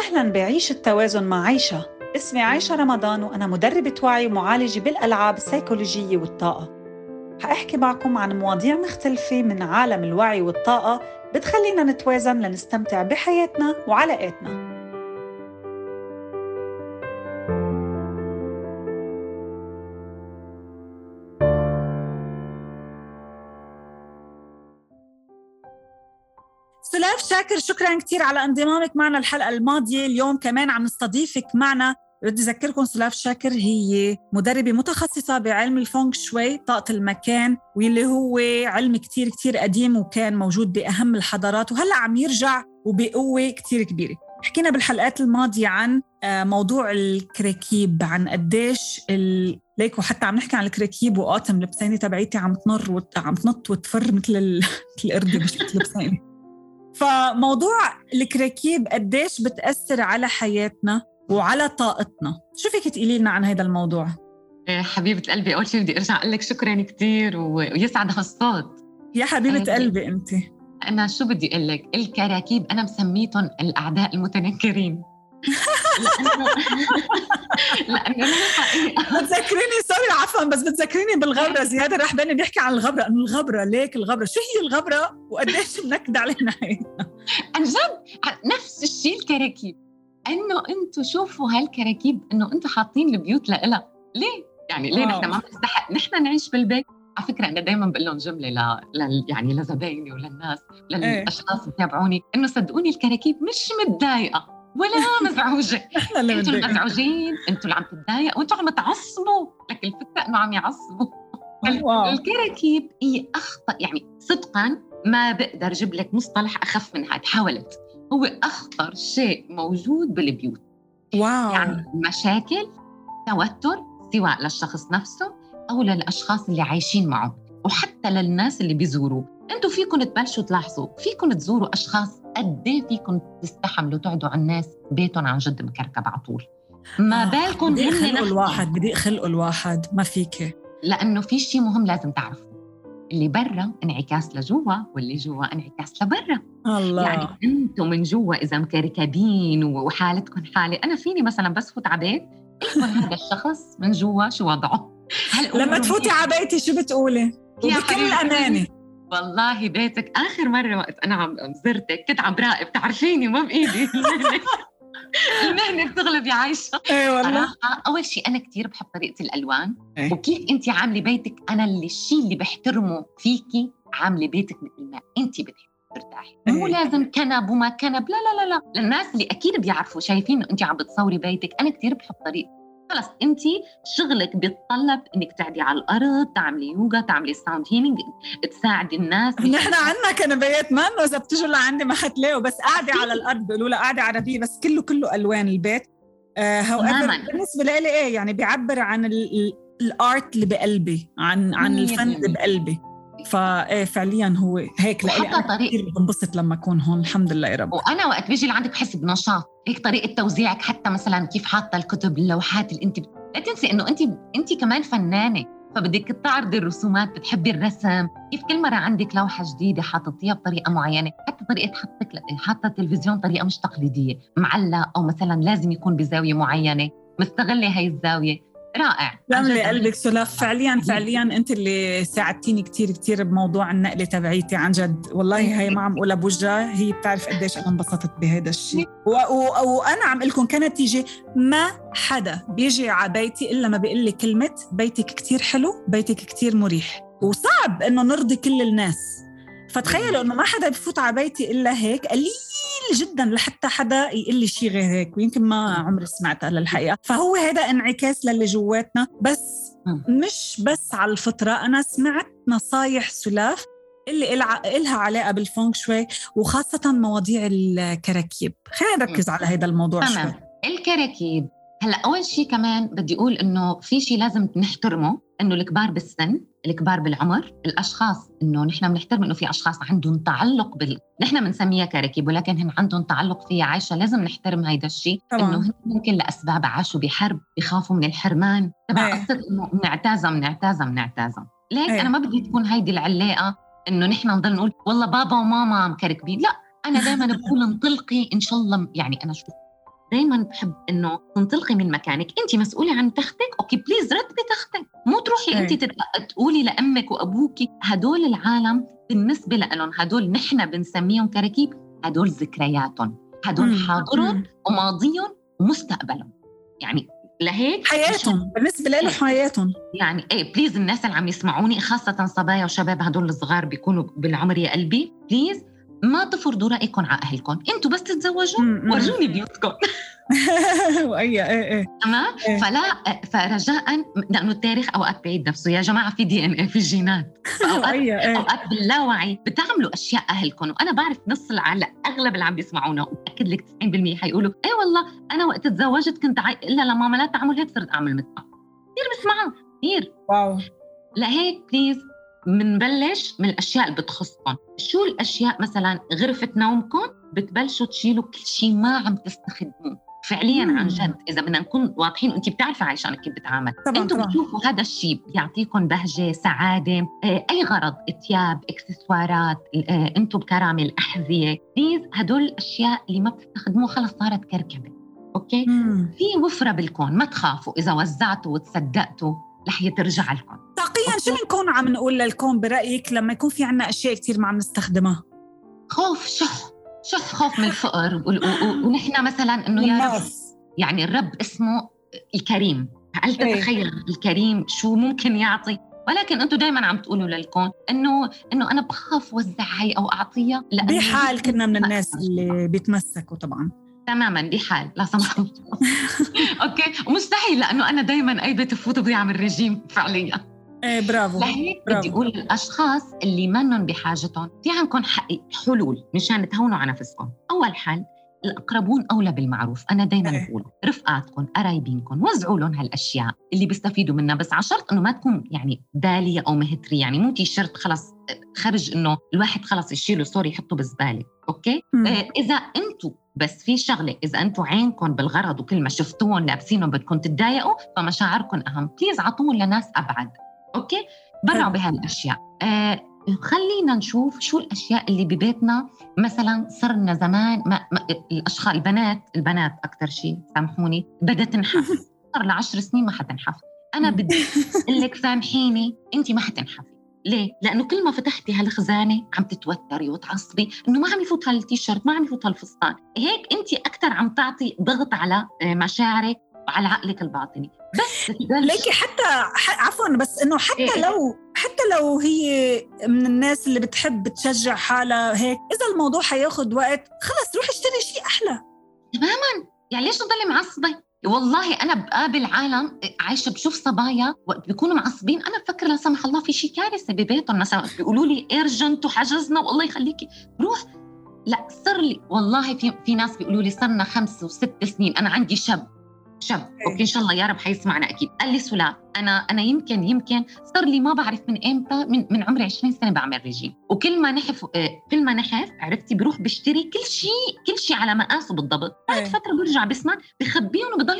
أهلاً بعيش التوازن مع عيشة. اسمي عايشة رمضان وأنا مدربة وعي ومعالجة بالألعاب السيكولوجية والطاقة. هأحكي معكم عن مواضيع مختلفة من عالم الوعي والطاقة بتخلينا نتوازن لنستمتع بحياتنا وعلاقاتنا. سلاف شاكر، شكراً كتير على انضمامك معنا الحلقة الماضية. اليوم كمان عم نستضيفك معنا. بدي أذكركم سلاف شاكر هي مدربة متخصصة بعلم الفونغ شوي، طاقة المكان، واللي هو علم كتير كتير قديم وكان موجود بأهم الحضارات وهلأ عم يرجع وبقوة كتير كبيرة. حكينا بالحلقات الماضية عن موضوع الكراكيب، عن قديش ليك، وحتى عم نحكي عن الكراكيب وقاتم لبساني تبعيتي عم تنط وتفر مثل القردة مش مثل لبساني. فموضوع الكراكيب قديش بتأثر على حياتنا وعلى طاقتنا. شو فيك تقولي لنا عن هذا الموضوع؟ حبيبة قلبي، أول شيء بدي أرجع أقول لك شكراً كتير ويسعد هالصوت. يا حبيبة قلبي أنت. أنا شو بدي أقول لك، الكراكيب أنا مسميتهم الأعداء المتنكرين. لأنه الحقيقة بتذكريني، سوري عفواً، بس بتذكريني بالغبرة. زيادة رحباني بيحكي عن الغبرة، إنه الغبرة ليك الغبرة. شو هي الغبرة وقديش منكد علينا حياتنا؟ عن جد نفس الشيء الكراكيب، إنه أنتوا شوفوا هالكراكيب، إنه أنتوا حاطين البيوت لإلها. ليه؟ يعني ليه نحن ما بنستحق نحن نعيش بالبيت؟ على فكرة أنا دايماً بقول لهم جملة يعني لزبايني وللناس، للأشخاص اللي بتابعوني، إنه صدقوني الكراكيب مش متضايقة ولا مزعوجة. انتوا المزعوجين، انتوا اللي عم تتضايقوا وانتوا عم تعصبوا، لكن الفكرة انه عم يعصبوا. الكراكيب هي أخطر، يعني صدقاً ما بقدر أجيب لك مصطلح أخف من هذا. حاولت، هو أخطر شيء موجود بالبيوت. واو. يعني مشاكل، توتر، سواء للشخص نفسه أو للأشخاص اللي عايشين معه، وحتى للناس اللي بيزوروا. أنتوا فيكم تبلشوا تلاحظوا، فيكم تزوروا أشخاص قد ايه فيكم تستحملوا تقعدوا على الناس بيتهم عن جد مكركب على طول. ما بالكم بدي خلقوا الواحد ما فيك، لأنه في شيء مهم لازم تعرفوا، اللي برا انعكاس لجوا واللي جوا انعكاس لبرا. الله. يعني انتم من جوا اذا مكركبين وحالتكم حالة، انا فيني مثلا بس فوت على بيت يكون هذا الشخص من جوا شو وضعه. لما تفوتي على بيتي شو بتقولي؟ وبكل أمانة والله بيتك آخر مرة وقت أنا عم زرتك كنت عم براقب، تعرفيني ما بإيدي المهنة بتغلب يا عايشة. صراحة أول شيء أنا كتير بحب طريقة الألوان وكيف أنتي عاملة بيتك. أنا الشيء اللي بحترمه فيكي، عاملة بيتك مثل ما أنتي بتحبي ترتاحي. مو لازم كنب وما كنب، لا لا لا لا. للناس اللي أكيد بيعرفوا شايفين إنه أنتي عم بتصوري بيتك، أنا كتير بحب طريقة. خلص أنتي شغلك بيتطلب إنك تعدي على الأرض، تعملي يوغا، تعملي ساوند هيلينج، تساعدي الناس. نحن عنا كنبيات ما إنه إذا بتجوا لعندي ما حتلاقوا، بس قاعدة على الأرض بيقولوا لها قاعدة عربية، بس كله ألوان البيت. بالنسبة لي إيه يعني بيعبر عن الارت اللي بقلبي، عن الفن اللي بقلبي. فايه فعليا هو هيك لإلي. أنا كثير بنبسط لما أكون هون، الحمد لله يا رب. وأنا وقت بيجي لعندك بحس بنشاط. هيك طريقة توزيعك، حتى مثلا كيف حاطة الكتب، اللوحات اللي أنت لا تنسي إنه أنت كمان فنانة، فبدك تعرضي الرسومات، بتحبي الرسم. كيف كل مرة عندك لوحة جديدة حاططيها بطريقة معينة، حتى طريقة حاطة التلفزيون طريقة مش تقليدية، معلق أو مثلا لازم يكون بزاوية معينة، مستغلة هاي الزاوية. رائع. جملة قلبك سلاف. فعليا أنت اللي ساعدتيني كتير بموضوع النقلة تبعيتي، عن جد والله. هي ما عم قولها بوجهها، هي بتعرف قديش أنا انبسطت بهذا الشيء. وأنا عم قلكم كنتيجة، ما حدا بيجي على بيتي إلا ما بيقول لي كلمة بيتك كتير حلو، بيتك كتير مريح. وصعب إنه نرضي كل الناس، فتخيلوا إنه ما حدا بفوت على بيتي إلا هيك، قليل جدا لحتى حدا يقول لي شيء غير هيك، ويمكن ما عمري سمعتها للحقيقة. فهو هذا انعكاس للي جواتنا، بس مش بس على الفطرة. أنا سمعت نصايح سلاف اللي إلها علاقة بالفونغ شوي، وخاصة مواضيع الكراكيب. خلينا نركز على هذا الموضوع شوي. الكراكيب. هلأ أول شيء كمان بدي أقول إنه في شيء لازم نحترمه، إنه الكبار بالسن، الكبار بالعمر، الأشخاص، إنه نحن بنحترم إنه في أشخاص عندهم تعلق نحن بنسميها كراكيب، ولكن هن عندهم تعلق فيها عايشة. لازم نحترم هيدا الشيء، إنه ممكن لأسباب عاشوا بحرب، بيخافوا من الحرمان تبع قصة إنه نعتازم. ليك أنا ما بدي تكون هيدي العلاقة إنه نحن نضل نقول والله بابا وماما مكركبين. لا، أنا دائما بقول انطلقي إن شاء الله. يعني أنا شوف دايما بحب انه تنطلقي من مكانك. انت مسؤوله عن تختك، اوكي بليز رتبي تختك، مو تروحي انت تقولي لامك وابوك. هدول العالم بالنسبه لهم هدول نحن بنسميهم كراكيب، هدول ذكرياتهم، هدول حاضرهم وماضيهم ومستقبلهم. يعني لهيك حياتهم بالنسبه له حياتهم. يعني ايه بليز الناس اللي عم يسمعوني خاصه صبايا وشباب هدول الصغار بيكونوا بالعمر يا قلبي، بليز ما تفرضوا رأيكم على أهلكم. أنتوا بس تتزوجوا ورجوني بيوتكم. ايه تمام. فرجاء، لأنه التاريخ أوقات بعيد نفسه يا جماعة، في DNA في الجينات. أوقات باللاوعي بتعملوا أشياء أهلكم. وأنا بعرف نص العالم أغلب اللي عم بيسمعونا وأكد لك 90% حيقولوا أي والله أنا وقت تزوجت كنت إلا لما ما لا تعمل هيك صرت أعمل مثلها. كثير بسمعوا كثير. واو. لهيك بليز منبلش من الأشياء اللي بتخصكم. شو الأشياء؟ مثلا غرفة نومكم بتبلشوا تشيلوا كل شيء ما عم تستخدموه فعلياً. عن جد إذا بدنا نكون واضحين، وأنت بتعرفي عايشة أنا كيف بتعامل. أنتوا بتشوفوا هذا الشيء بيعطيكم بهجة، سعادة، أي غرض، ثياب، إكسسوارات، أنتوا بكرامة، الأحذية، بليز هدول الأشياء اللي ما بتستخدموها خلص صارت كركبة. أوكي. في وفرة بالكون، ما تخافوا إذا وزعتوا وتصدقتوا رح يترجع لكم. طاقياً شو بنكون عم نقول للكون برأيك لما يكون في عنا أشياء كتير ما عم نستخدمها؟ خوف، شح خوف من الفقر. ونحن مثلا إنه يا رب، يعني الرب اسمه الكريم، هل تتخيل الكريم شو ممكن يعطي؟ ولكن أنتوا دايماً عم تقولوا للكون إنه أنا بخاف وزع هي أو أعطيها. بحال كنا من الناس اللي بيتمسكوا طبعاً تماماً بحال لا سمح الله. أوكي. ومستحيل لأنه أنا دايماً أي بيت فوت بضيع من الرجيم فعليا. برافو. لهيك بدي أقول الأشخاص اللي منهم بحاجتهم في عندكم حلول مشان تهونوا على نفسكم. أول حل، الأقربون أولى بالمعروف. أنا دايماً بقول رفقاتكم، قرايبينكم، وزعوا لهم هالأشياء اللي بيستفيدوا منها، بس عشرت إنه ما تكون يعني دالية أو مهترية. يعني مو تيشيرت خلص خرج إنه الواحد خلص يشيله سوري يحطه بالزبالة. أوكي. إذا أنتوا بس في شغلة، إذا أنتوا عينكم بالغرض وكل ما شفتوهم لابسينهم بدكم تتضايقوا، فمشاعركم أهم. بليز عطوهم لناس أبعد. أوكي. برعوا بهالأشياء. خلينا نشوف شو الأشياء اللي ببيتنا. مثلا صرنا زمان الأشخاص البنات أكتر شيء سامحوني بدها تنحف. صار ل10 سنين ما حتنحف. أنا بدي أقول لك سامحيني، أنت ما حتنحفي. ليه؟ لأنه كل ما فتحتي هالخزانة عم تتوتري وتعصبي إنه ما عم يفوت هالتيشيرت، ما عم يفوت هالفستان. هيك أنت أكتر عم تعطي ضغط على مشاعرك وعلى عقلك الباطني. بس ليكي حتى عفواً، بس إنه حتى لو هي من الناس اللي بتحب تشجع حالها هيك، إذا الموضوع حياخد وقت خلص روح اشتري شيء أحلى. تماماً. يعني ليش تضلي معصبة؟ والله أنا بقابل عالم عايشة بشوف صبايا وقت بيكونوا معصبين، أنا بفكر لا سمح الله في شيء كارثة ببيتهم. مثلا بيقولوا لي إيرجنت وحجزنا والله يخليكي روح. لا صار لي والله في ناس بيقولوا لي صرنا 5 و6 سنين. أنا عندي شاب اوكي ان شاء الله يا رب حيسمعنا اكيد. قال لي سلا انا يمكن صار لي ما بعرف من امتى، من عمري 20 سنه بعمل ريجيم، وكل ما نحف عرفتي بروح بشتري كل شيء على مقاسه بالضبط. بعد فتره برجع بسمع بخبيهم وبضل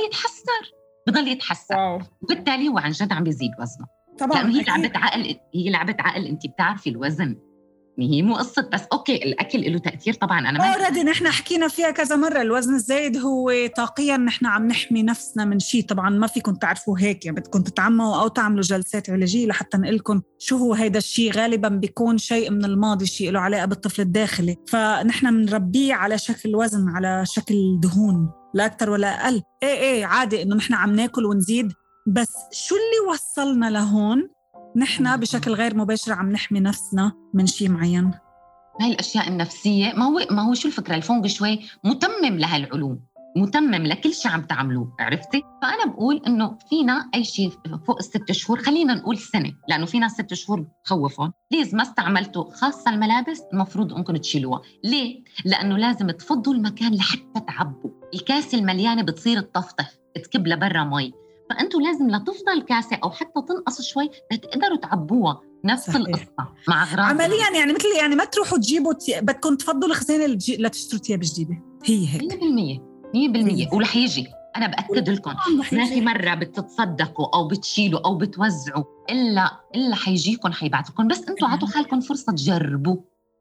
يتحسر. وبالتالي هو عن جد عم بيزيد وزنه طبعا. لانه هي لعبه عقل. انت بتعرفي الوزن هي مو قصة بس أوكي الأكل له تأثير طبعاً. أنا ما أوريدي نحن حكينا فيها كذا مرة. الوزن الزايد هو طاقياً نحن عم نحمي نفسنا من شيء. طبعاً ما فيكم تعرفوا هيك، يعني بدكم تتعموا أو تعملوا جلسات علاجية لحتى نقلكم شو هو هيدا الشيء. غالباً بيكون شيء من الماضي، شيء له علاقة بالطفل الداخلي، فنحن بنربيه على شكل وزن، على شكل دهون، لا أكتر ولا أقل. إيه عادي إنه نحن عم ناكل ونزيد، بس شو اللي وصلنا لهون؟ نحن بشكل غير مباشر عم نحمي نفسنا من شيء معين. هاي الأشياء النفسية ما هو شو الفكرة؟ الفونج شوي متمم لهالعلوم، متمم لكل شيء عم تعملوه، عرفتي؟ فأنا بقول إنه فينا أي شيء فوق 6 شهور، خلينا نقول سنة، لأنه فينا 6 شهور بخوفهم. ليز ما استعملتوا خاصة الملابس المفروض أنكم تشيلوها. ليه؟ لأنه لازم تفضوا المكان لحتى تعبوا. الكاسة المليانة بتصير تطفطف تكب لبرا مي، فأنتوا لازم لا تفضل كاسة أو حتى تنقص شوي لتقدروا تعبوها. نفس صحيح. القصة مع أغراض عملياً يعني مثل يعني ما تروحوا تجيبوا بدكم تفضلوا الخزانة لتشتروا تياب جديدة. هي هيك 100% ورح يجي. أنا بأكد لكم ما في مرة بتتصدقوا أو بتشيلوا أو بتوزعوا إلا حيجيكم حيبعثكم. بس أنتوا عطوا حالكم فرصة تجربوا.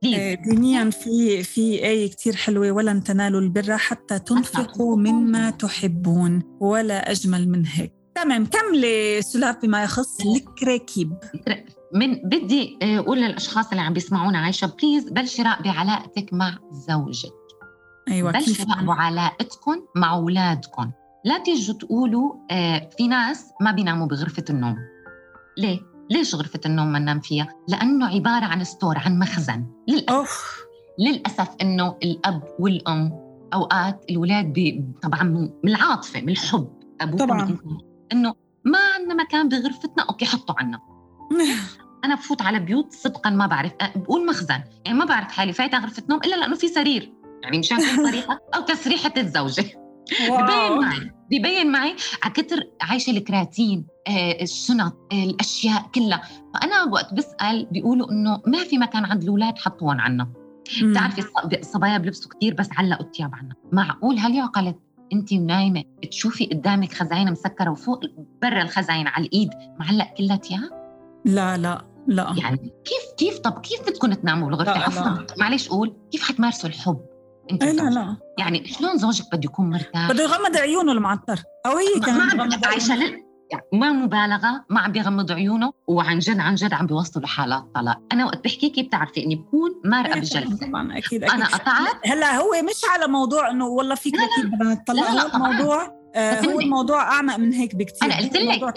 دينيا في آية كتير حلوة: ولن تنالوا البر حتى تنفقوا مما تحبون، ولا أجمل من هيك. تمام، كملي سلاف بما يخص الكراكيب. بدي أقول للأشخاص اللي عم بيسمعونا عايشة، بليز بلشي راقبي علاقتك مع زوجك. أيوة، بلشي راقبوا علاقتكم مع أولادكم. لا تيجوا تقولوا في ناس ما بيناموا بغرفة النوم. ليش غرفة النوم ما ننام فيها؟ لأنه عبارة عن ستور، عن مخزن. للأسف إنه الأب والأم أوقات الأولاد طبعاً من العاطفة، من الحب أبوكم إنه ما عندنا مكان بغرفتنا، أوكي حطوا عنا. أنا بفوت على بيوت صدقاً ما بعرف، بقول مخزن، يعني ما بعرف حالي فايتة غرفة نوم إلا لأنه في سرير، يعني مشان كل صريحة أو تسريحة الزوجة. بيبين معي عكتر عايشة الكراتين، الشنط، الأشياء كلها. فأنا وقت بسأل بيقولوا إنه ما في مكان عند الأولاد حطوهم عنا. بتعرفي الصبايا بلبسوا كتير بس علقوا التياب عنا. معقول هل يعقل أنتي نايمة تشوفي قدامك خزاين مسكرة وفوق برا الخزاين على الإيد معلق كلها تياب؟ لا يعني كيف طب كيف بدكم تناموا بالغرفة أصلا؟ معليش قول كيف حتمارسوا الحب؟ لا يعني شلون زوجك بده يكون مرتاح؟ بده يغمض عيونه المعطر، أو هي كمان ما عايشة يعني ما مبالغة، ما عم بيغمض عيونه، وعن جد عم بيوصلوا لحالات طلاق. أنا وقت بحكيكي بتعرفي إني بكون مارقة بالجلسة. طبعاً أكيد. أنا قطعت. هلا هو مش على موضوع إنه والله فيك أكيد بدنا نطلع، هو الموضوع هو الموضوع أعمق من هيك بكتير. أنا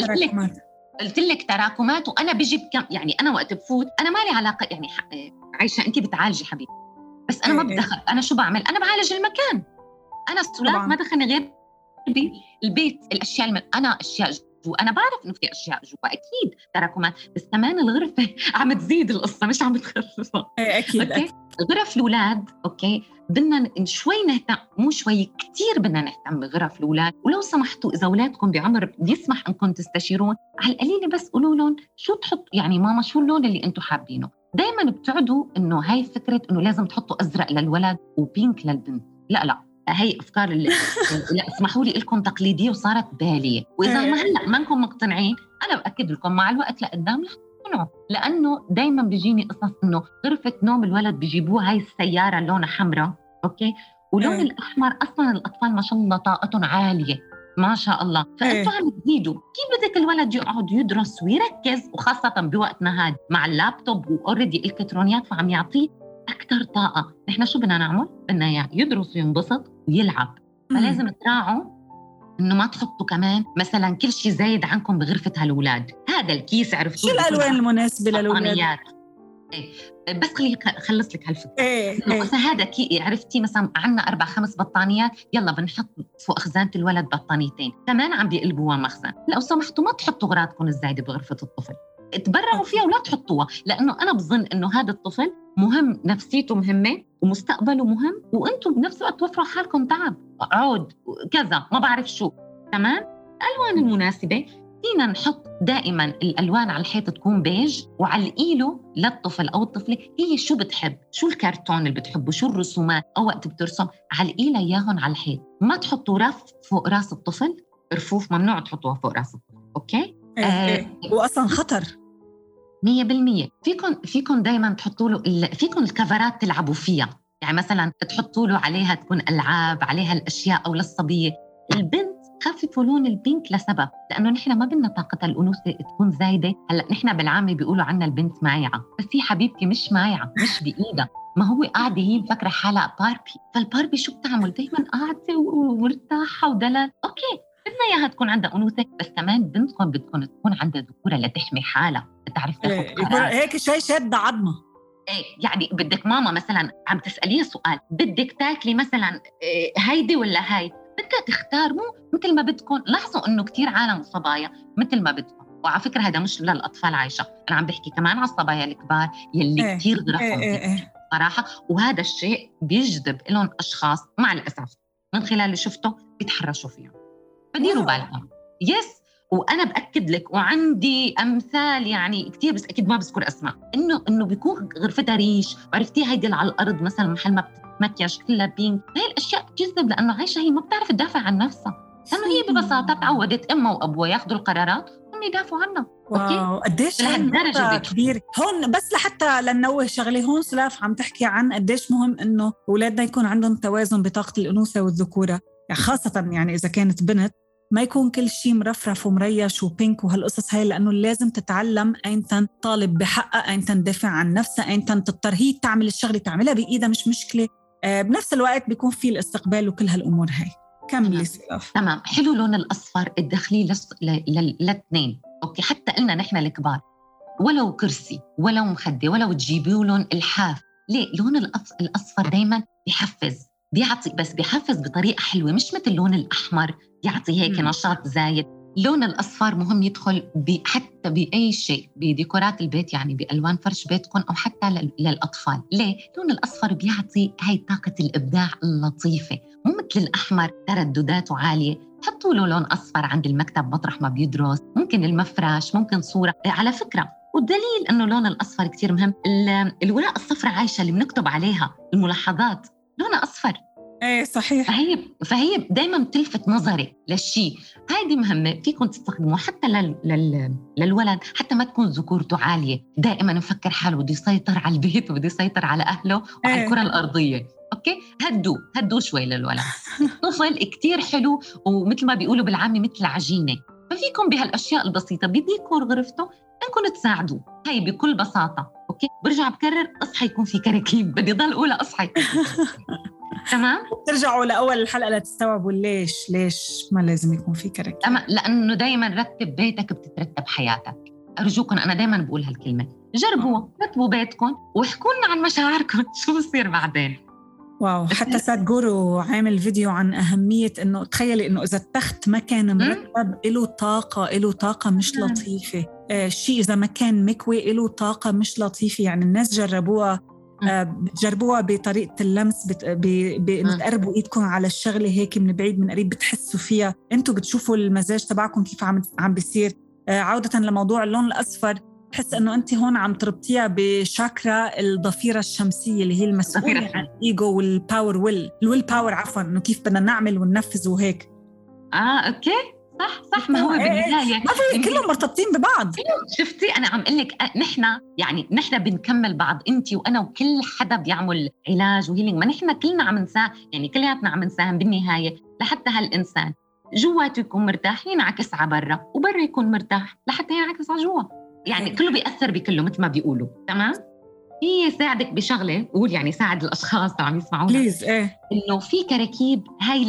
قلت لك تراكمات، وأنا بيجي يعني أنا وقت بفوت أنا مالي علاقة، يعني عايشة أنت بتعالجي حبيبي، بس أنا ما بدخل. أنا شو بعمل؟ أنا بعالج المكان. أنا السلاف ما دخلني غير البيت، الأشياء أنا أشياء جوا، أنا بعرف إنه في أشياء جوا أكيد تراكمات، بس كمان الغرفة عم تزيد القصة مش عم تخففها. أكيد. غرف الأولاد أوكي بدنا شوي نهتم، مو شوي، كتير بدنا نهتم بغرف الأولاد. ولو سمحتوا إذا أولادكم بعمر بيسمح أنكم تستشيرون على القليل، بس قولوا لهم شو تحط، يعني ماما شو اللون اللي أنتم حابينه. دايما بتعدوا إنه هاي فكرة إنه لازم تحطوا أزرق للولد وبينك للبنت. لا هي أفكار اللي لا اسمحوا لي لكم تقليدية وصارت بالية. وإذا ما هلأ ما انكم مقتنعين، أنا بأكد لكم مع الوقت لقدام رح تقتنعوا. لأنه دايما بيجيني قصص إنه غرفة نوم الولد بيجيبوها هاي السيارة لونها حمراء أوكي، ولون الأحمر أصلا الأطفال ما شاء الله طاقتهم عالية ما شاء الله، فأنتوا عم تزيدوا. كيف بدك الولد يقعد يدرس ويركز، وخاصة بوقتنا هذا مع اللابتوب وأوريدي الكترونيات فعم يعطيه أكثر طاقة. نحن شو بدنا نعمل؟ بدنا يدرس وينبسط ويلعب. فلازم تراعوا إنه ما تحطوا كمان مثلا كل شيء زايد عنكم بغرفة هالأولاد. هذا الكيس عرفتوا شو الألوان المناسبة للأولاد؟ بس خليني خلص لك هالفكرة. هذا عرفتي مثلا عنا 4-5 بطانيات، يلا بنحط فوق خزانة الولد بطانيتين كمان عم بيقلبوها مخزن. لو سمحتوا ما تحطوا أغراضكم الزايدة بغرفة الطفل، تبرعوا فيها ولا تحطوها، لأنه أنا بظن إنه هذا الطفل مهم، نفسيته مهمة ومستقبله مهم، وأنتم بنفس الوقت توفروا حالكم تعب عود كذا ما بعرف شو. تمام. الألوان المناسبة فينا نحط دائما الألوان على الحيط تكون بيج، وعلقيله للطفل أو الطفلة هي شو بتحب، شو الكرتون اللي بتحبه، شو الرسومات، أو وقت بترسم علقيله إياهم على الحيط. ما تحطوا رف فوق راس الطفل، رفوف ممنوع تحطوها فوق راس الطفل أوكي؟ وأصلا خطر 100%. فيكم دايما تحطوا له فيكم الكفرات تلعبوا فيها، يعني مثلا تحطوا له عليها تكون ألعاب، عليها الأشياء، أو للصبية. البنت خففوا لون البينك لسبب، لأنه نحن ما بدنا طاقة الأنوثة تكون زايدة. هلأ نحن بالعامة بيقولوا عنا البنت مايعة، بس هي حبيبتي مش مايعة، مش بإيدها. ما هو قاعدة هي مفكرة حالها باربي، فالباربي شو بتعمل؟ دايما قاعدة ومرتاحة ودلال. أوكي بدنا إياها تكون عندها أنوثة، بس كمان بنتكم بدكم تكون عندها ذكورة لتحمي حالها، تعرف تاخذ قرار. هيك شوي شد عظمة. يعني بدك ماما مثلا عم تسأليها سؤال، بدك تاكلي مثلا هيدي ولا هاي، بدها تختار، مو مثل ما بدكم. لاحظوا إنه كتير عالم صبايا مثل ما بدكم. وعلى فكرة هذا مش للأطفال عايشة، أنا عم بحكي كمان على الصبايا الكبار يلي كتير غرفهم صراحة. وهذا الشيء بيجذب لهم أشخاص مع الأسف من خلال اللي شفته بيتحرشوا فيهم. فديروا بالكم. يس. وأنا بأكد لك، وعندي أمثال يعني كتير، بس أكيد ما بذكر أسماء، إنه بيكون غرفتها ريش، وعرفتي هيدي على الأرض مثلا محل ما بتتمكيج كلها بينك. هاي الأشياء بتجذب، لأنه عايشة هي ما بتعرف تدافع عن نفسها، لأنه هي ببساطة تعودت أمها وأبوها ياخدوا القرارات وهم يدافعوا عنها. واو قديش لهالدرجة كبير هون. بس لحتى لنوه شغلي هون سلاف عم تحكي عن قديش مهم إنه أولادنا يكون عندهم توازن بطاقة الأنوثة والذكورة، يعني خاصة يعني إذا كانت بنت ما يكون كل شيء مرفرف ومريش وبينك وهالقصص هاي، لأنه لازم تتعلم أينتن طالب بحقها، أينتن تدافع عن نفسها، أينتن تضطر هي تعمل الشغلة تعملها بإيدها مش مشكلة. بنفس الوقت بيكون في الاستقبال وكل هالأمور هاي. كملي سلاف. تمام. حلو لون الأصفر الداخلي للاثنين. أوكي، حتى قلنا نحن الكبار ولو كرسي ولو مخدة ولو تجيبوا لون الحاف. ليه؟ لون الأصفر دايما بيحفز، بيعطي، بس بيحفز بطريقة حلوة، مش مثل اللون الأحمر يعطي هيك نشاط زايد. لون الأصفر مهم يدخل حتى بأي شيء، بديكورات البيت، يعني بألوان فرش بيتكم أو حتى للأطفال. ليه؟ لون الأصفر بيعطي هاي طاقة الإبداع اللطيفة، مو مثل الأحمر تردداته عالية. حطوا له لون أصفر عند المكتب مطرح ما بيدرس، ممكن المفرش، ممكن صورة. على فكرة، والدليل أنه لون الأصفر كتير مهم، الورق الصفرة عايشة اللي بنكتب عليها الملاحظات لونها أصفر. ايه صحيح. فهي دايما بتلفت نظري للشيء. هذه مهمة، فيكم تستخدموها حتى للولد، حتى ما تكون ذكورته عالية. دائما نفكر حاله بده يسيطر على البيت وبده يسيطر على أهله وعلى الكرة الأرضية. أوكي، هدوا شوي للولد. طفل كتير حلو، ومثل ما بيقولوا بالعامي مثل عجينة. ففيكم بهالأشياء البسيطة بديكور غرفته إنكم تساعدوا. هاي بكل بساطة. أوكي، برجع بكرر، أصحى يكون في كراكيب، بدي ضل أولى أصحى. تمام. ترجعوا لأول الحلقة لتستوعبوا ليش ما لازم يكون في كراكيب. لأنه دايما رتب بيتك بتترتب حياتك. أرجوكم، أنا دايما بقول هالكلمة، جربوا رتبوا بيتكم واحكوا لنا عن مشاعركم شو بصير بعدين. واو. حتى سادغورو عامل فيديو عن أهمية إنه تخيلي إنه إذا التخت ما كان مرتب له طاقة مش لطيفة. شيء إذا ما كان مكوي له طاقة مش لطيفة. يعني الناس جربوها بطريقة اللمس، بإنه تقربوا إيدكم على الشغلة هيك من بعيد من قريب بتحسوا فيها. أنتوا بتشوفوا المزاج تبعكم كيف عم بيصير. عودة لموضوع اللون الأصفر، بحس أنه أنت هون عم تربطيها بشاكرا الضفيرة الشمسية اللي هي المسؤولة عن الإيجو والباور الويل باور، عفواً، إنه كيف بدنا نعمل وننفذ وهيك. أوكي، صح. ما هو بالنهاية ما في كلهم مرتبطين ببعض. شفتي، أنا عم قلك نحن بنكمل بعض، أنتي وأنا وكل حدا بيعمل علاج وهيلينج. ما نحن كلنا عم نساهم، يعني كلياتنا عم نساهم بالنهاية لحتى هالإنسان جواته يكون مرتاح ينعكس على برا، وبرا يكون مرتاح لحتى ينعكس على جوا. يعني كله بيأثر بكله مثل ما بيقولوا. تمام. هي ساعدك بشغلة، قول يعني ساعد الأشخاص اللي عم يسمعونا بليز. إنه في كراكيب هاي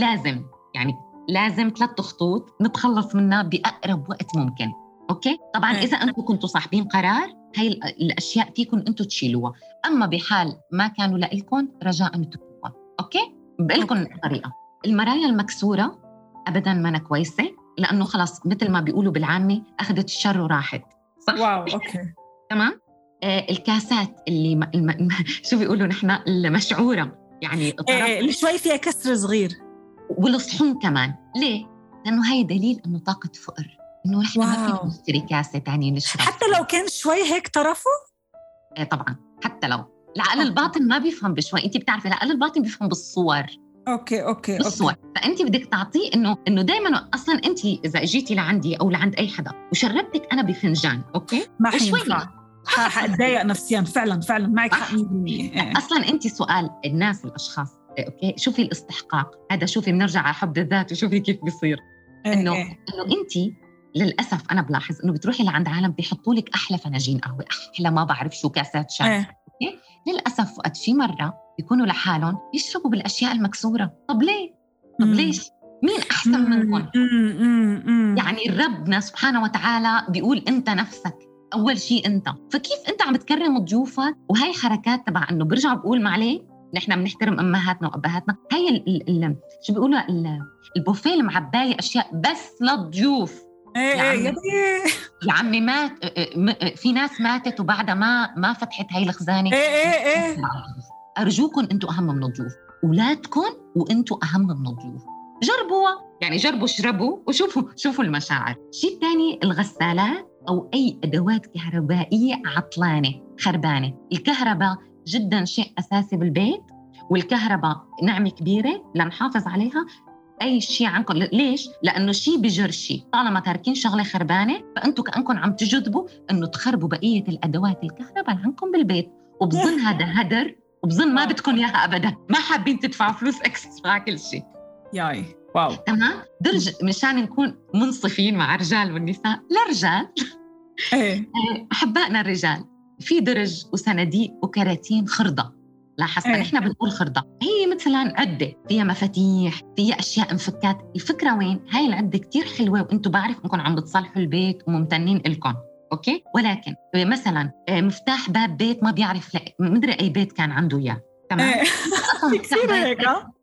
لازم 3 خطوط نتخلص منها بأقرب وقت ممكن. أوكي، طبعاً إذا أنتم كنتوا صاحبين قرار، هاي الأشياء فيكم أنتم تشيلوها. أما بحال ما كانوا لإلكم، رجاء تكتبوها. أوكي، بقلكم طريقة. المرايا المكسورة أبداً ما كويسة، لأنه خلاص مثل ما بيقولوا بالعامي أخذت الشر وراحت. صح؟ واو. أوكي. تمام. الكاسات اللي شو بيقولوا نحن المشعورة، يعني اللي شوي فيها كسر صغير، والصحون كمان. ليه؟ لأنه هاي دليل إنه طاقة فقر، إنه نحن ما فينا نشتري كاسة تانية نشرب حتى لو كان شوي هيك طرفه. طبعاً، حتى لو العقل الباطن ما بيفهم بشوي. أنت بتعرفي العقل الباطن بيفهم بالصور. أوكي. بالصور. فأنت بدك تعطيه إنه دايماً. أصلاً أنت إذا اجيتي لعندي أو لعند أي حدا وشربتك أنا بفنجان، أوكي، ما حينفع، حأتضايق نفسياً. فعلاً معك حق 100%. أصلاً أنت سؤال الناس الأشخاص، أوكي، شوفي الاستحقاق هذا، شوفي بنرجع على حب الذات وشوفي كيف بيصير. إنه أنت للأسف أنا بلاحظ إنه بتروحي لعند عالم بيحطوا لك أحلى فناجين قهوة، أحلى ما بعرف شو كاسات شاي. أوكي، للأسف وقت في مرة بيكونوا لحالهم يشربوا بالأشياء المكسورة. طب ليه؟ ليش؟ مين أحسن منكم؟ يعني ربنا سبحانه وتعالى بيقول أنت نفسك أول شيء أنت، فكيف أنت عم بتكرم ضيوفك؟ وهي حركات تبع إنه برجع بقول معليه نحن بنحترم أمهاتنا وأبهاتنا. هاي شو بيقولوا البوفيه المعباية أشياء بس للضيوف. يا عمي مات، في ناس ماتت وبعدها ما فتحت هاي الخزانة. أرجوكم أنتوا أهم من الضيوف، أولادكم وأنتوا أهم من الضيوف. جربوا اشربوا وشوفوا المشاعر. شيء تاني، الغسالات أو أي أدوات كهربائية عطلانة خربانة. الكهرباء جداً شيء أساسي بالبيت، والكهرباء نعمة كبيرة لنحافظ عليها. اي شيء عنكم. ليش؟ لانه شيء بجر شيء. طالما تاركين شغله خربانه فانتم كانكم عم تجذبوا انه تخربوا بقيه الادوات الكهرباء اللي عندكم بالبيت، وبظن هذا هدر، وبظن ما بدكم اياها ابدا، ما حابين تدفعوا فلوس اكسترا على كل شيء. ياي واو. تمام. درج مشان نكون منصفين مع الرجال والنساء، للرجال احبائنا الرجال في درج وصناديق وكراتين خرده. لاحظت احنا بنقول خرده، هي مثلا عده فيها مفاتيح، فيها اشياء انفكات. الفكره وين؟ هاي العده كتير حلوه وانتم بعرف انكم عم بتصلحوا البيت وممتنين لكم، اوكي، ولكن مثلا مفتاح باب بيت ما بيعرف، مدري اي بيت كان عنده اياه، تمام. كثير هيك.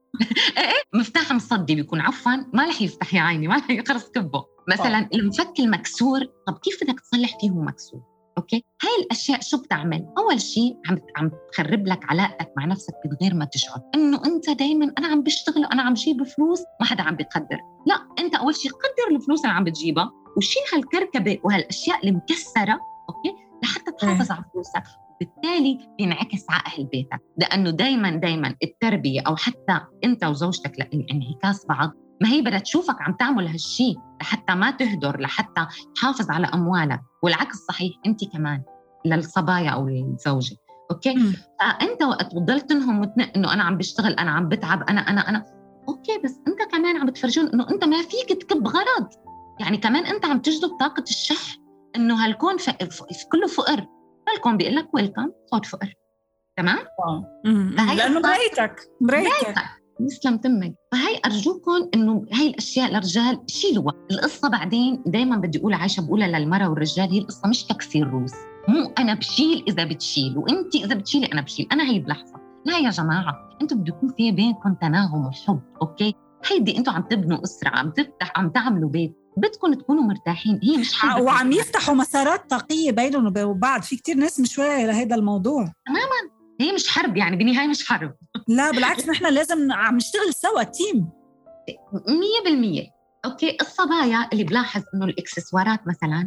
مفتاح مصدي بيكون، عفوا ما رح يفتح يا عيني، ما رح خلص كبه. مثلا المفك المكسور، طب كيف بدك تصلح فيه مكسور؟ اوكي، هاي الاشياء شو بتعمل؟ اول شيء عم تخرب لك علاقتك مع نفسك من غير ما تشعر، انه انت دائما انا عم بشتغل وانا عم جيب فلوس ما حدا عم بيقدر. لا، انت اول شيء قدر الفلوس اللي عم بتجيبها وشيل هالكركبه وهالاشياء المكسره، اوكي، لحتى تحافظ على فلوسك. بالتالي بينعكس على أهل بيتك، لأنه دايماً التربية أو حتى أنت وزوجتك لانعكاس بعض. ما هي بدها تشوفك عم تعمل هالشي لحتى ما تهدر، لحتى تحافظ على أموالك، والعكس صحيح أنت كمان للصبايا أو للزوجة، أوكي؟ فأنت وقت بتضل تنهم إنه أنا عم بشتغل، أنا عم بتعب، أنا أوكي، بس أنت كمان عم بتفرجون إنه أنت ما فيك تكب غرض، يعني كمان أنت عم تجذب طاقة الشح، إنه هالكون كله فقر، هالكون بيقول لك ويلكم، خد فقر، تمام؟ لأنه مريتك مسلم تمك. فهي أرجوكم إنه هاي الأشياء للرجال شيلوها. القصة بعدين دايماً بدي أقول عايشة بقولها للمرأة والرجال، هي القصة مش تكسير روس، مو أنا بشيل إذا بتشيل وإنتي إذا بتشيلي أنا بشيل، أنا هي بلحظة. لا يا جماعة، أنتوا بده يكون في بينكم تناغم وحب، أوكي؟ هيدي أنتوا عم تبنوا أسرة، عم تعملوا بيت، بدكم تكونوا مرتاحين. هي مش حرب، وعم يفتحوا مسارات طاقية بينهم وبين بعض. في كتير ناس مش واعية لهذا الموضوع تماماً. هي مش حرب، يعني بالنهاية مش حرب. لا بالعكس، نحن لازم عم نشتغل سوا تيم 100%. أوكي، الصبايا اللي بلاحظ إنه الإكسسوارات مثلاً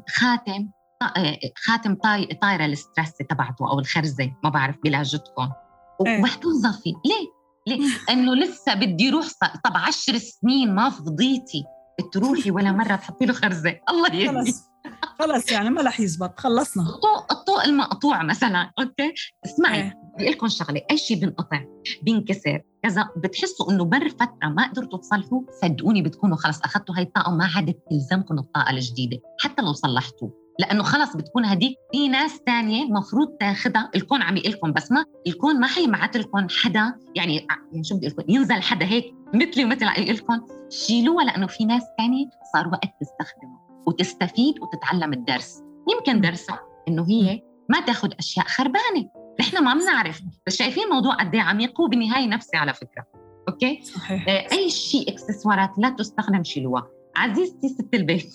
خاتم طايرة الستريس تبعته أو الخرزة، ما بعرف بلاجتكم، ومحتوظة فيه. ليه؟ إنه لسه بدي روح. طب 10 سنين ما فضيتي تروحي ولا مرة تحطي له خرزة، الله يهدي. خلص يعني ما رح يزبط، خلصنا. الطوق المقطوع مثلا، اوكي، اسمعي بدي لكم شغله، اي شيء بنقطع بينكسر كذا بتحسوا انه بر فتره ما قدرتوا تصلحوه، صدقوني بتكونوا خلص اخذتوا هاي الطاقه وما عادت تلزمكم الطاقه الجديده حتى لو صلحتوه، لانه خلص بتكون هديك في ناس تانية مفروض تاخدها. الكون عم يقلكم، بس ما الكون ما حيبعت لكم حدا، يعني شو بدي لكم، ينزل حدا هيك مثلي ومثل يقلكم شيلوها، لانه في ناس تانية صار وقت تستخدمها وتستفيد وتتعلم الدرس. يمكن درسها إنه هي ما تاخد أشياء خربانة، نحن ما بنعرف، بس شايفين الموضوع قد ايه عميق وبالنهاية نفسي على فكرة. أوكي؟ صحيح. أي شيء إكسسوارات لا تستخدم شيلوها. عزيزتي ست البيت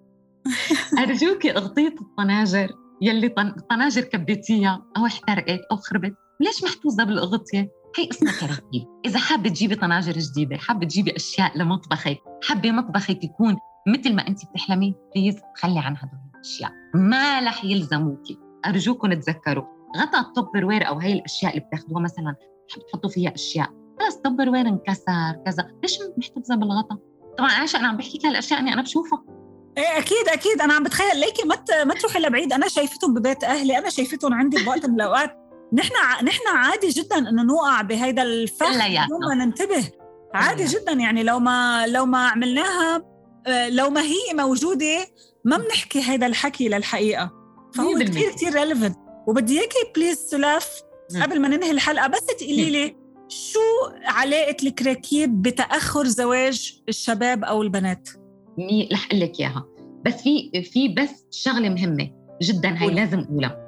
أرجوك اغطية الطناجر يلي طناجر كبتيها أو احترقت أو خربت، ليش محفوظة بالأغطية؟ هي اسمها كراكيب. إذا حابة تجيبي طناجر جديدة، حابة تجيبي أشياء لمطبخك، حابة مطبخك يكون مثل ما أنت بتحلمي، بليز خلي عن هدول الأشياء، ما رح يلزموكي. أرجوكم تذكروا غطاء التوبروير أو هاي الأشياء اللي بتاخدوها مثلا بتحطوا فيها أشياء، خلاص التوبروير انكسر كذا، ليش محتفظة بالغطاء؟ طبعا عايشة أنا عم بحكي لك الأشياء اللي أنا بشوفها. ايه اكيد انا عم بتخيل ليكي ما تروحي لبعيد، انا شايفتهم ببيت اهلي، انا شايفتهم عندي بوقت من الاوقات. نحن عادي جدا انه نوقع بهيدا الفخ بدون ما ننتبه، عادي جدا. يعني لو ما عملناها، لو ما هي موجوده ما بنحكي هيدا الحكي للحقيقه. فهو كتير ريليفنت. وبدي اياكي بليز سلاف قبل ما ننهي الحلقه بس تقولي لي شو علاقه الكراكيب بتاخر زواج الشباب او البنات؟ رح أقول لك إياها، بس في بس شغلة مهمة جدا هاي لازم أقولها.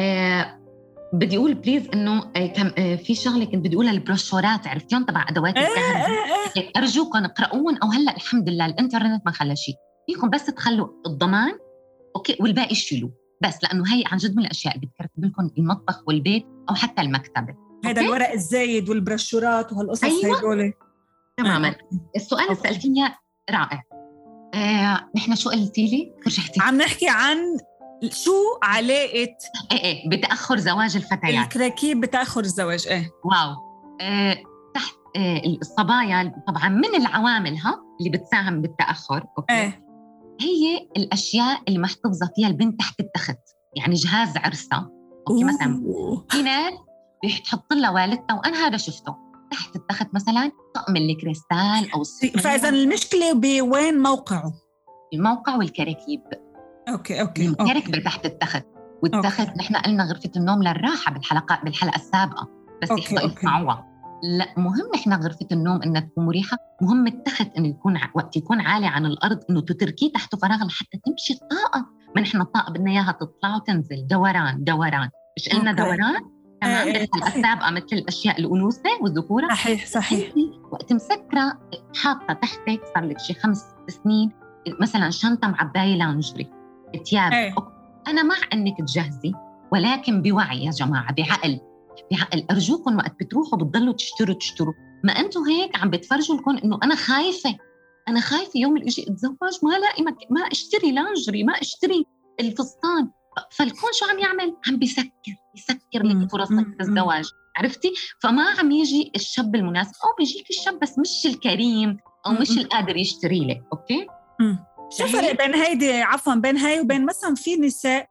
بدي أقول بليز إنه في شغلة كنت بدي أقولها، البروشورات عرفتيون تبع أدوات الكهرباء، أرجوكم اقرأوهم. أو هلأ الحمد لله الإنترنت ما خلى شيء، فيكم بس تخلوا الضمان أوكي والباقي شيلوا، بس لأنه هي عن جد من الأشياء اللي بتكركب لكم المطبخ والبيت أو حتى المكتبة. هذا الورق الزايد والبروشورات وهالقصص. أيوة. هيدول تماما. السؤال اللي سألتيني رائع. نحن شو قلتي لي؟ رجعتي عم نحكي عن شو علاقة بتأخر زواج الفتيات، الكراكيب بتأخر الزواج. واو. تحت الصبايا طبعا من العوامل اللي بتساهم بالتأخر. أوكي. هي الأشياء اللي محتفظة فيها البنت تحت التخت، يعني جهاز عرسها. أوكي. مثلا في ناس بتحط لها والدتها، وأنا هذا شفته تحت التخت مثلا طقم الكريستال أو الصفر. فإذا المشكلة بوين موقعه؟ الموقع والكراكيب. أوكي. الكركبة تحت التخت، والتخت نحن قلنا غرفة النوم للراحة بالحلقة السابقة، بس يحبوا يسمعوها. لا، مهم نحن غرفة النوم إنها تكون مريحة، مهم التخت إنه يكون وقت يكون عالي عن الأرض، إنه تتركيه تحته فراغ لحتى تمشي الطاقة. ما نحن الطاقة بدنا إياها تطلع وتنزل، دوران. مش قلنا دوران تمام بالحلقة السابقة، مثل الأشياء الأنوثة والذكورة. صحيح. وقت مسكرة حاطة تحتك صار لك شي 5 سنين مثلا شنطة معباية لانجري، ثياب. أنا مع إنك تجهزي، ولكن بوعي يا جماعة، بعقل. أرجوكم وقت بتروحوا بتضلوا تشتروا، ما أنتوا هيك عم بتفرجوا لكم إنه أنا خايفة يوم اللي أجي أتزوج ما لاقي ما أشتري لانجري، ما أشتري الفستان. فالكون شو عم يعمل؟ عم بيسكر لك فرصك في الزواج. عرفتي؟ فما عم يجي الشاب المناسب، أو بيجيك الشاب بس مش الكريم أو مش القادر يشتري لك. أوكي؟ شو الفرق بين هيدي بين هاي وبين مثلا في نساء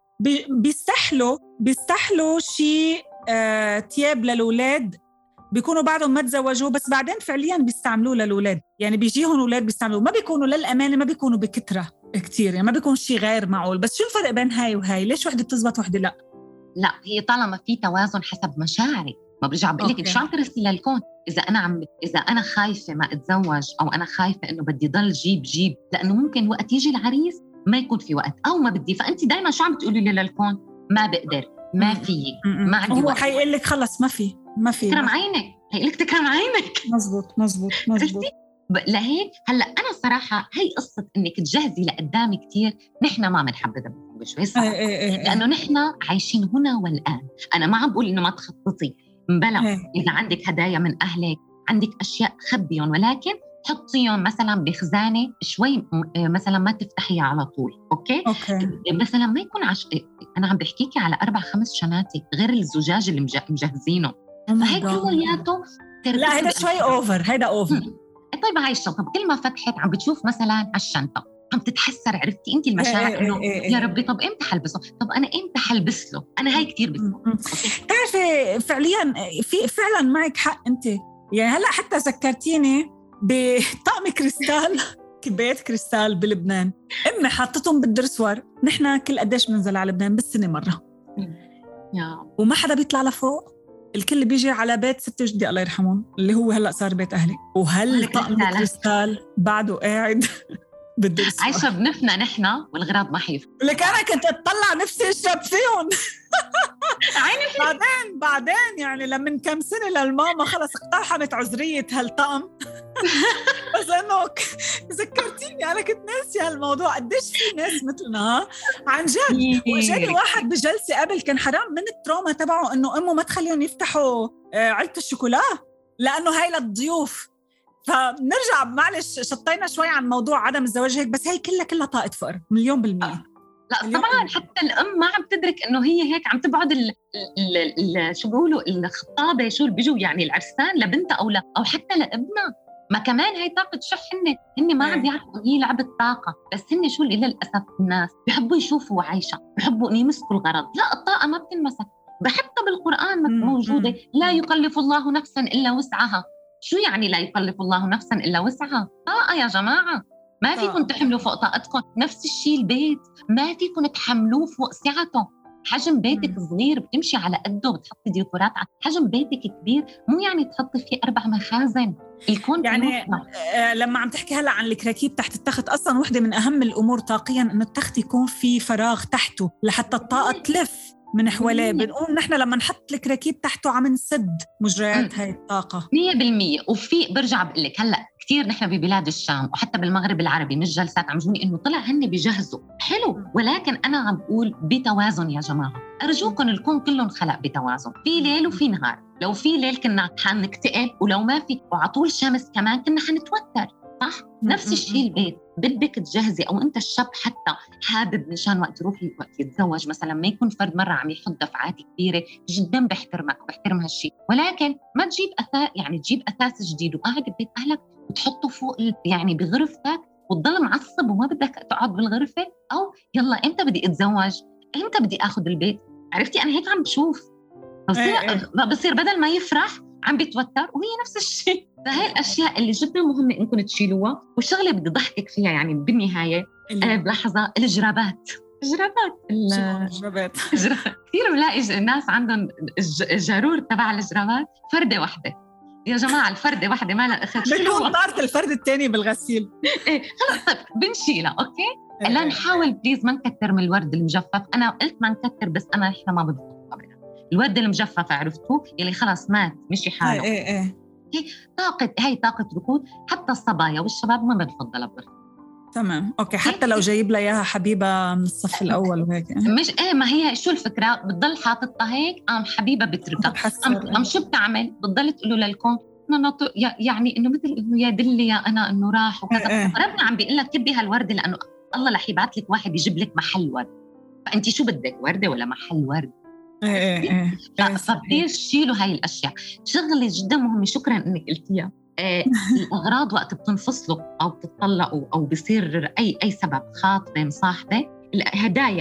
بيستحلوا شيء تياب للأولاد، بيكونوا بعدهم ما تزوجوا، بس بعدين فعليا بيستعملوه للأولاد، يعني بيجيهم أولاد بيستعملوه، ما بيكونوا للأمانة، ما بيكونوا بكترة كتير، يعني ما بيكون شيء غير معقول. بس شو الفرق بين هاي وهاي؟ ليش وحدة بتزبط وحدة لا؟ هي طالما في توازن حسب مشاعري، ما برجع بقول لك شو عم ترسلي للكون. إذا أنا خايفة ما أتزوج، أو أنا خايفة إنه بدي ضل جيب، لأنه ممكن وقت يجي العريس ما يكون في وقت، أو ما بدي، فأنت دايما شو عم بتقولي لي للكون؟ ما بقدر، ما في، ما عندي وقت. هو حيقول لك خلص ما في تكرم عينك، هيقول لك تكرم عينك. مزبوط. لهيك هلا أنا صراحة هي قصة إنك تجهزي لقدام كتير، نحن ما بنحبذها شوي صعب، لأنه نحن عايشين هنا والآن. أنا ما عم بقول إنه ما تخططي، بلا إذا عندك هدايا من أهلك، عندك أشياء خبيهم، ولكن حطيهم مثلا بخزانة شوي، مثلا ما تفتحيها على طول. أوكي. مثلا ما يكون أنا عم بحكيكي على 4-5 شناتك غير الزجاج اللي مجهزينه. فهيك كلياته. لا هيدا شوي أوفر. طيب هاي الشنطة كل ما فتحت عم بتشوف مثلا على الشنطة عم تتحسر. عرفتي انت المشاعر انه يا ربي طب امتى حلبسه، طب انا امتى حلبس له. انا هاي كتير تعرفي فعليا فعلا معك حق انت. يعني هلا حتى ذكرتيني بطقم كريستال كبيت كريستال بلبنان، امي حطتهم بالدرسور. نحن كل قديش بننزل على لبنان بالسنه مره، وما حدا بيطلع لفوق، الكل بيجي على بيت ست جدي الله يرحمهم اللي هو هلا صار بيت اهلي، وهل طقم الكريستال بعده قاعد بالدرس. عايشة بنفنا نحن والغراض ما حيف. لك أنا كنت أطلع نفسي أشرب فيهم بعدين يعني لمن كم سنة للماما خلص اقتحمت عذرية هالطقم بس أنه ذكرتيني أنا كنت ناسي هالموضوع. قديش في ناس مثلنا عن جد. وجاني واحد بجلسة قبل كان حرام من التروما تبعه أنه أمه ما تخليهم يفتحوا علبة الشوكولا لأنه هاي للضيوف. فنرجع معلش شطينا شوي عن موضوع عدم الزواج هيك، بس هي كلها طاقة فقر 100%. لا طبعا حتى الأم ما عم تدرك إنه هي هيك عم تبعد شو بيقولوا الخطابة شو اللي بيجوا يعني العرسان لبنتها أو حتى لابنها. ما كمان هي طاقة شح. هن ما عم يعرفوا هي لعبة طاقة، بس هن شو اللي للأسف الناس بيحبوا يشوفوا عايشة، بيحبوا إن يمسكوا الغرض. لا الطاقة ما بتنمسك، حتى بالقرآن موجودة لا يكلف الله نفسا إلا وسعها. شو يعني لا يكلف الله نفسا إلا وسعها؟ طاقة يا جماعة، ما فيكم تحملوا فوق طاقتكم. نفس الشيء البيت ما فيكم تحملوه فوق سعته. حجم بيتك صغير بتمشي على قده، بتحطي ديكورات. حجم بيتك كبير مو يعني تحطي فيه 4 مخازن. الكون يعني لما عم تحكي هلا عن الكراكيب تحت التخت، أصلا وحدة من أهم الأمور طاقيا إنه التخت يكون في فراغ تحته لحتى الطاقة تلف من حواليه. بنقوم نحن لما نحط الكراكيب تحته عم نسد مجريات هاي الطاقة 100%. وفي برجع بقول لك هلا كثير نحن ببلاد الشام وحتى بالمغرب العربي من الجلسات عم جوني انه طلع هن بيجهزوا حلو، ولكن انا عم بقول بتوازن يا جماعه. ارجوكم الكون كلهم خلق بتوازن، في ليل وفي نهار. لو في ليل كنا حنكتئب، ولو ما في وعطول شمس كمان كنا حنتوتر، صح؟ نفس الشيء البيت بدك تجهزي، أو أنت الشاب حتى حابب مشان وقت تروحي وقت يتزوج مثلا ما يكون فرد مرة عم يحط دفعات كبيرة، جدا بحترمك وبحترم هالشيء، ولكن ما تجيب يعني تجيب أثاث جديد وقاعد ببيت أهلك وتحطه فوق يعني بغرفتك وتضل معصب وما بدك تقعد بالغرفة. أو يلا إمتى بدي أتزوج، إمتى بدي أخذ البيت. عرفتي أنا هيك عم بشوف، بصير بدل ما يفرح عم بيتوتر، وهي نفس الشيء. فهي الأشياء اللي جدا مهمة إنكم تشيلوها. والشغلة بدي ضحكك فيها يعني بالنهاية بلحظة، الجرابات كثير بلاقي الناس عندهم الجارور تبع الجرابات فردة واحدة. يا جماعة الفردة واحدة ما لها أخذ، بتكون طارت الفرد الثاني بالغسيل. إيه خلص طيب بنشيلها أوكي. لا نحاول بليز ما نكتر من الورد المجفف. أنا قلت ما نكتر، بس أنا إحنا ما بنفضل الورد المجفف، عرفتوه يلي خلاص مات مشي حاله. هي طاقة ركود. حتى الصبايا والشباب ما بنفضلها بغرفة. تمام أوكي. حتى لو جايب لها إياها حبيبة من الصف الأول وهيك مش ما هي شو الفكرة، بتضل حاططها هيك حبيبة بتركها شو بتعمل، بتضل تقوله للكون يعني إنه مثل إنه يا دلي يا أنا إنه راح وكذا. ربنا عم بيقول لك كبي هالوردة لأنه الله رح يبعث لك واحد يجيب لك محل ورد، فأنت شو بدك، وردة ولا محل ورد؟ فبديش شيلوا هاي الأشياء. شغلة جدا مهمة، شكرا إنك قلتيها. الأغراض وقت بتنفصلوا أو بتطلقوا أو بصير أي سبب، خاطبة مصاحبة، الهدايا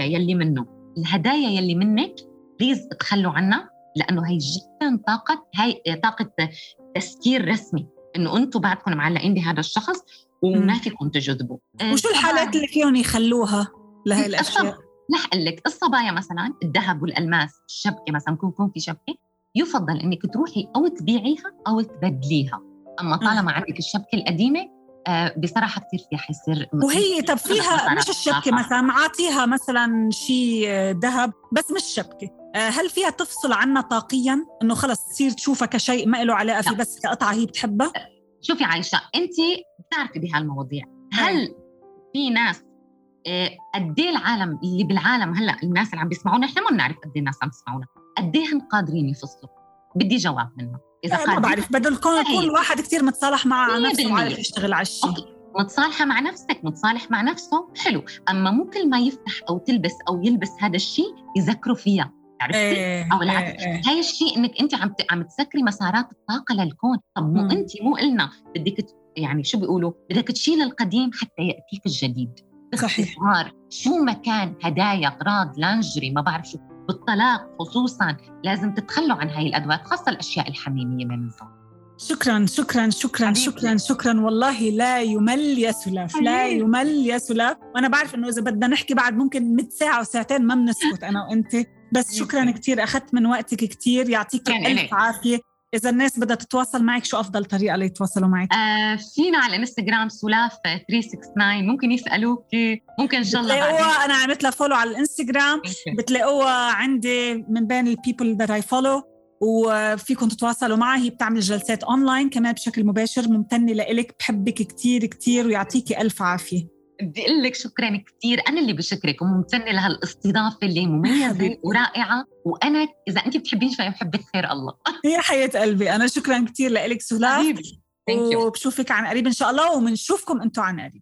يلي منك بليز تخلوا عنها، لأنه هي جدا طاقة تسكير رسمي إنه أنتوا بعدكم معلقين بهذا الشخص وما فيكم تجذبوا. وشو الحالات اللي فيهم يخلوها لهي الأشياء؟ رح أقول لك الصبايا مثلا الذهب والألماس، الشبكة مثلا يكون في شبكة، يفضل إنك تروحي أو تبيعيها أو تبدليها. أما طالما عندك الشبكة القديمة بصراحة كتير فيها حيصير. وهي طب فيها مش الشبكة مثلا معاطيها مثلا شيء ذهب بس مش شبكة، هل فيها تفصل عنها طاقيا إنه خلص تصير تشوفها كشيء ما له علاقة فيه، بس كقطعة هي بتحبها؟ شوفي عايشة، أنت بتعرفي بهالمواضيع. هل في ناس قديه العالم اللي بالعالم هلا الناس اللي عم بيسمعونا، احنا ما بنعرف قديه الناس عم يسمعونا، قديهم قادرين يفصلوا؟ بدي جواب منه. اذا ما بعرف، بدل يكون واحد كتير متصالح مع نفسه وعارف يشتغل على الشيء. متصالحة مع نفسك، متصالح مع نفسه، حلو. اما مو كل ما يفتح او تلبس او يلبس هذا الشيء يذكروا فيها، عرفتي؟ او العكس. هاي الشيء انك انت عم تسكري مسارات الطاقه للكون. طب مو قلنا بدك يعني شو بيقولوا، بدك تشيل القديم حتى ياتيك الجديد. باختصار شو مكان هدايا اغراض لانجري ما بعرف شو، بالطلاق خصوصا لازم تتخلوا عن هاي الادوات، خاصه الاشياء الحميميه من الزوج. شكرا شكرا شكرا شكرا شكرا، والله لا يمل يا سلاف، لا يمل يا سلاف. وانا بعرف انه اذا بدنا نحكي بعد ممكن 100 ساعه وساعتين ما بنسكت انا وانت، بس شكرا كتير، اخذت من وقتك كتير، يعطيك الف عافيه. إذا الناس بدها تتواصل معك شو أفضل طريقة ليتواصلوا معك؟ فينا على الانستغرام سلاف 369، ممكن يسألوك، ممكن إن شاء الله بتلاقوها. أنا عملت لها فولو على الانستغرام، بتلاقوها عندي من بين البيبل that I follow، وفيكم تتواصلوا معها. هي بتعمل جلسات أونلاين كمان بشكل مباشر. ممتنة لإلك، بحبك كتير كتير ويعطيكي ألف عافية. بدي أقول لك شكراً كتير، أنا اللي بشكرك وممتنة لهالاستضافة اللي مميزة ورائعة. وأنا إذا أنت بتحبين فأنا بحبك خير الله. يا حياة قلبي، أنا شكراً كتير لإلك سلاف، وبشوفك عن قريب إن شاء الله، ومنشوفكم أنتوا عن قريب.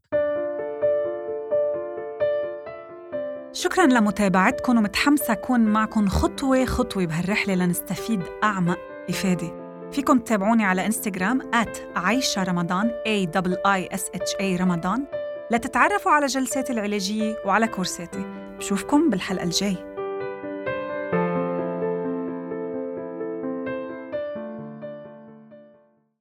شكراً لمتابعتكم، ومتحمسة أكون معكم خطوة خطوة بهالرحلة لنستفيد أعمق إفادة. فيكم تتابعوني على انستغرام @عايشة رمضان AIISHA رمضان لتتعرفوا على جلساتي العلاجية وعلى كورساتي. بشوفكم بالحلقة الجاي.